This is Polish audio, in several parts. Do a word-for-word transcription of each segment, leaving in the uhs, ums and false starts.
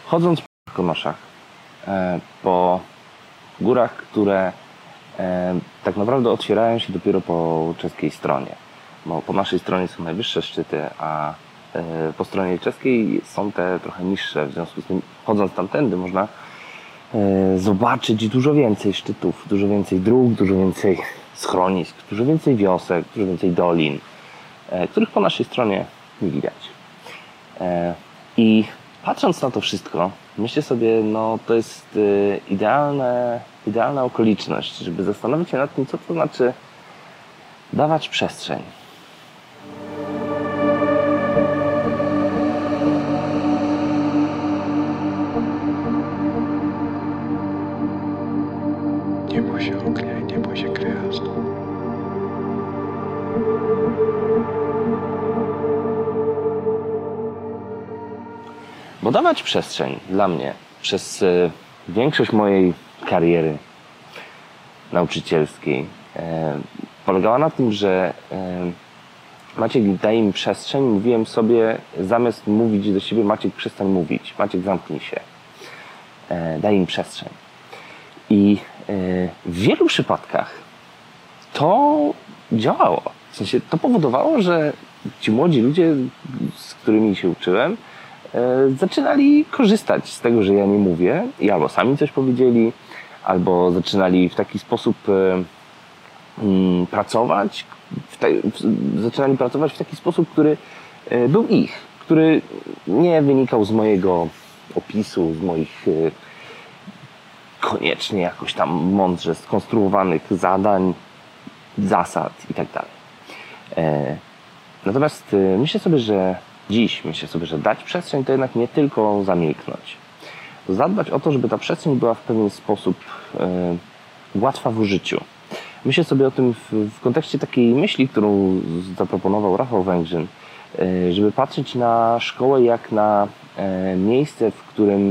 Chodząc po Konoszach, e, po górach, które e, tak naprawdę otwierają się dopiero po czeskiej stronie, bo po naszej stronie są najwyższe szczyty, a e, po stronie czeskiej są te trochę niższe. W związku z tym, chodząc tamtędy, można e, zobaczyć dużo więcej szczytów, dużo więcej dróg, dużo więcej schronisk, dużo więcej wiosek, dużo więcej dolin, e, których po naszej stronie nie widać. E, I patrząc na to wszystko, myślę sobie, no to jest y, idealne, idealna okoliczność, żeby zastanowić się nad tym, co to znaczy dawać przestrzeń. Nie bój się ognia i nie bój się gwiazd. Bo dawać przestrzeń dla mnie przez y, większość mojej kariery nauczycielskiej y, polegała na tym, że y, Maciek, daj mi przestrzeń. Mówiłem sobie, zamiast mówić do siebie, Maciek, przestań mówić. Maciek, zamknij się. Y, daj im przestrzeń. I y, w wielu przypadkach to działało. W sensie to powodowało, że ci młodzi ludzie, z którymi się uczyłem, zaczynali korzystać z tego, że ja nie mówię i albo sami coś powiedzieli, albo zaczynali w taki sposób pracować, w te, zaczynali pracować w taki sposób, który był ich, który nie wynikał z mojego opisu, z moich koniecznie jakoś tam mądrze skonstruowanych zadań, zasad i tak dalej. Natomiast myślę sobie, że Dziś myślę sobie, że dać przestrzeń to jednak nie tylko zamilknąć. Zadbać o to, żeby ta przestrzeń była w pewien sposób e, łatwa w użyciu. Myślę sobie o tym w, w kontekście takiej myśli, którą zaproponował Rafał Węgrzyn, e, żeby patrzeć na szkołę jak na e, miejsce, w którym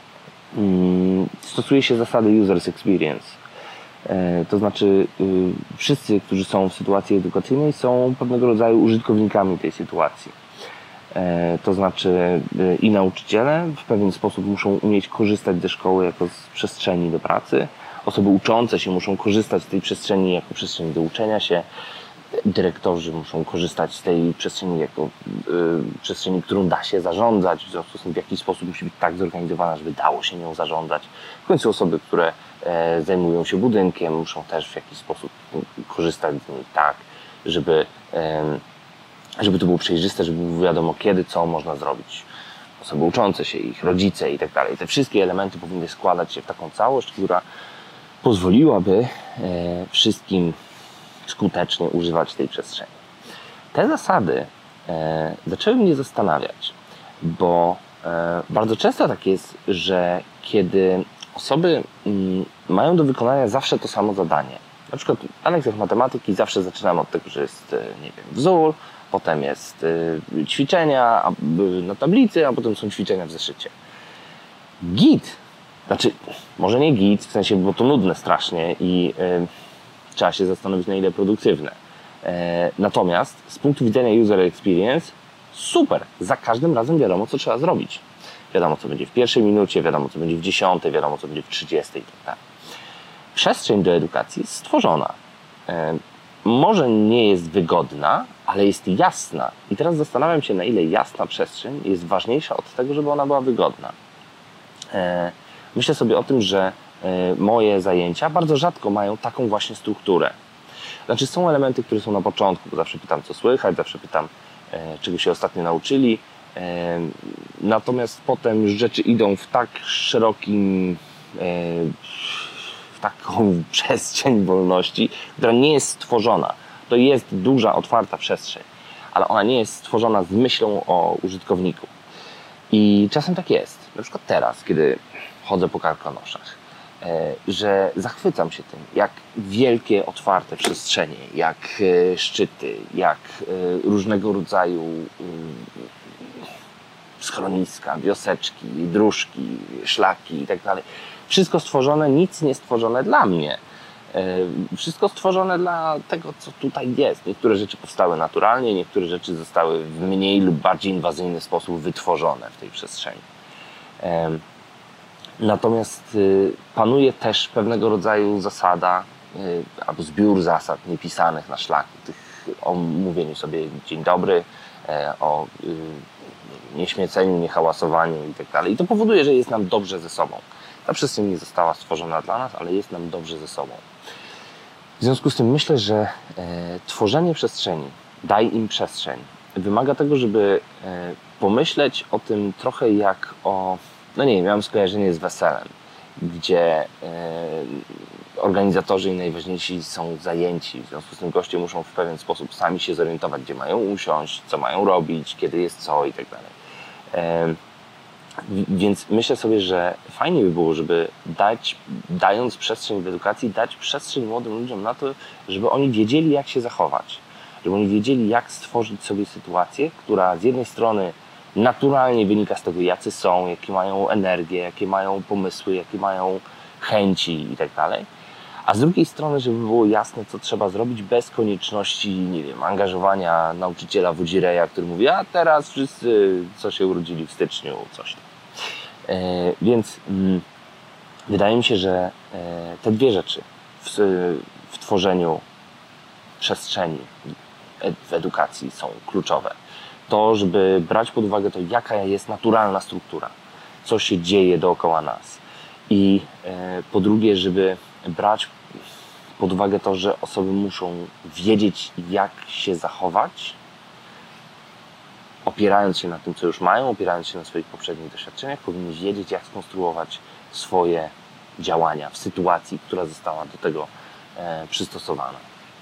mm, stosuje się zasady user's experience. E, to znaczy e, wszyscy, którzy są w sytuacji edukacyjnej, są pewnego rodzaju użytkownikami tej sytuacji. To znaczy i nauczyciele w pewien sposób muszą umieć korzystać ze szkoły jako z przestrzeni do pracy. Osoby uczące się muszą korzystać z tej przestrzeni jako przestrzeni do uczenia się. Dyrektorzy muszą korzystać z tej przestrzeni jako y, przestrzeni, którą da się zarządzać. W związku z tym w jakiś sposób musi być tak zorganizowana, żeby dało się nią zarządzać. W końcu osoby, które e, zajmują się budynkiem, muszą też w jakiś sposób korzystać z niej tak, żeby e, żeby to było przejrzyste, żeby było wiadomo kiedy, co można zrobić. Osoby uczące się, ich rodzice i tak dalej. Te wszystkie elementy powinny składać się w taką całość, która pozwoliłaby e, wszystkim skutecznie używać tej przestrzeni. Te zasady e, zaczęły mnie zastanawiać, bo e, bardzo często tak jest, że kiedy osoby m, mają do wykonania zawsze to samo zadanie, na przykład na lekcjach matematyki zawsze zaczynamy od tego, że jest, nie wiem, wzór, potem jest y, ćwiczenia y, na tablicy, a potem są ćwiczenia w zeszycie. Git, znaczy może nie git, w sensie, bo to nudne strasznie i y, trzeba się zastanowić, na ile produktywne. Y, natomiast z punktu widzenia user experience super, za każdym razem wiadomo, co trzeba zrobić. Wiadomo, co będzie w pierwszej minucie, wiadomo, co będzie w dziesiątej, wiadomo, co będzie w trzydziestej i tak dalej. Przestrzeń do edukacji jest stworzona. Y, może nie jest wygodna, ale jest jasna. I teraz zastanawiam się, na ile jasna przestrzeń jest ważniejsza od tego, żeby ona była wygodna. Myślę sobie o tym, że moje zajęcia bardzo rzadko mają taką właśnie strukturę. Znaczy są elementy, które są na początku, bo zawsze pytam, co słychać, zawsze pytam, czego się ostatnio nauczyli. Natomiast potem już rzeczy idą w tak szerokim, w taką przestrzeń wolności, która nie jest stworzona. To jest duża, otwarta przestrzeń, ale ona nie jest stworzona z myślą o użytkowniku. I czasem tak jest. Na przykład teraz, kiedy chodzę po Karkonoszach, że zachwycam się tym, jak wielkie, otwarte przestrzenie, jak szczyty, jak różnego rodzaju schroniska, wioseczki, dróżki, szlaki i tak dalej. Wszystko stworzone, nic nie stworzone dla mnie. Wszystko stworzone dla tego, co tutaj jest. Niektóre rzeczy powstały naturalnie, niektóre rzeczy zostały w mniej lub bardziej inwazyjny sposób wytworzone w tej przestrzeni. Natomiast panuje też pewnego rodzaju zasada albo zbiór zasad niepisanych na szlaku, tych o mówieniu sobie dzień dobry, o nieśmieceniu, niehałasowaniu i tak dalej. I to powoduje, że jest nam dobrze ze sobą. Ta przestrzeń nie została stworzona dla nas, ale jest nam dobrze ze sobą. W związku z tym myślę, że e, tworzenie przestrzeni, daj im przestrzeń, wymaga tego, żeby e, pomyśleć o tym trochę jak o, no nie wiem, miałem skojarzenie z weselem, gdzie e, organizatorzy i najważniejsi są zajęci, w związku z tym goście muszą w pewien sposób sami się zorientować, gdzie mają usiąść, co mają robić, kiedy jest co i tak dalej. E, Więc myślę sobie, że fajnie by było, żeby dać, dając przestrzeń w edukacji, dać przestrzeń młodym ludziom na to, żeby oni wiedzieli, jak się zachować. Żeby oni wiedzieli, jak stworzyć sobie sytuację, która z jednej strony naturalnie wynika z tego, jacy są, jakie mają energię, jakie mają pomysły, jakie mają chęci i tak dalej. A z drugiej strony, żeby było jasne, co trzeba zrobić bez konieczności, nie wiem, angażowania nauczyciela Wodzireja, który mówi, a teraz wszyscy, co się urodzili w styczniu, coś tam. E, więc mm, wydaje mi się, że e, te dwie rzeczy w, w tworzeniu przestrzeni w edukacji są kluczowe. To, żeby brać pod uwagę to, jaka jest naturalna struktura, co się dzieje dookoła nas. I e, po drugie, żeby brać pod uwagę to, że osoby muszą wiedzieć, jak się zachować, opierając się na tym, co już mają, opierając się na swoich poprzednich doświadczeniach, powinni wiedzieć, jak skonstruować swoje działania w sytuacji, która została do tego e, przystosowana.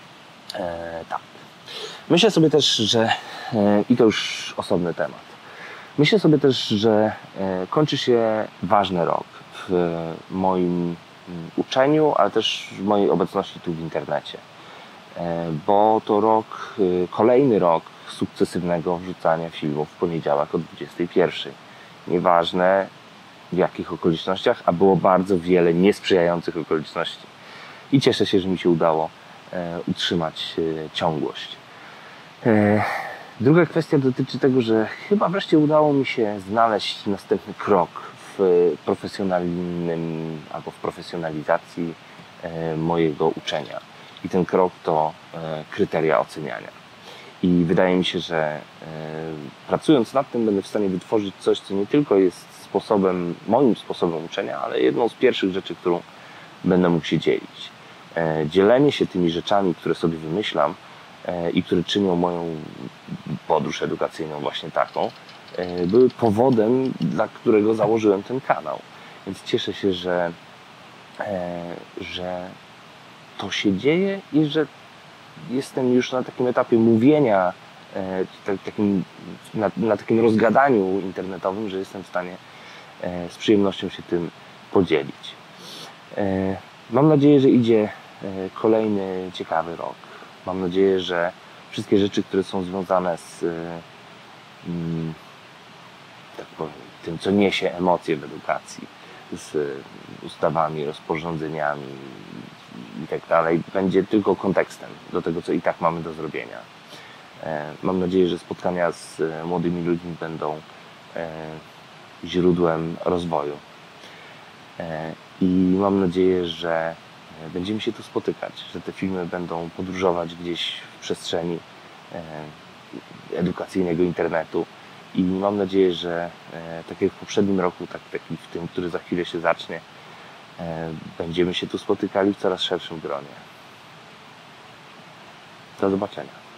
E, tak. Myślę sobie też, że, e, i to już osobny temat, myślę sobie też, że e, kończy się ważny rok w moim uczeniu, ale też w mojej obecności tu w internecie. Bo to rok, kolejny rok sukcesywnego wrzucania filmów w poniedziałek o dwudziestej pierwszej. Nieważne w jakich okolicznościach, a było bardzo wiele niesprzyjających okoliczności. I cieszę się, że mi się udało utrzymać ciągłość. Druga kwestia dotyczy tego, że chyba wreszcie udało mi się znaleźć następny krok w profesjonalnym albo w profesjonalizacji mojego uczenia. I ten krok to kryteria oceniania. I wydaje mi się, że pracując nad tym będę w stanie wytworzyć coś, co nie tylko jest sposobem, moim sposobem uczenia, ale jedną z pierwszych rzeczy, którą będę mógł się dzielić. Dzielenie się tymi rzeczami, które sobie wymyślam i które czynią moją podróż edukacyjną właśnie taką, były powodem, dla którego założyłem ten kanał. Więc cieszę się, że, że to się dzieje i że jestem już na takim etapie mówienia, takim, na, na takim rozgadaniu internetowym, że jestem w stanie z przyjemnością się tym podzielić. Mam nadzieję, że idzie kolejny ciekawy rok. Mam nadzieję, że wszystkie rzeczy, które są związane z tak powiem, tym, co niesie emocje w edukacji, z ustawami, rozporządzeniami i tak dalej, będzie tylko kontekstem do tego, co i tak mamy do zrobienia. Mam nadzieję, że spotkania z młodymi ludźmi będą źródłem rozwoju. I mam nadzieję, że będziemy się tu spotykać, że te filmy będą podróżować gdzieś w przestrzeni edukacyjnego internetu. I mam nadzieję, że tak jak w poprzednim roku, tak, tak i w tym, który za chwilę się zacznie, będziemy się tu spotykali w coraz szerszym gronie. Do zobaczenia.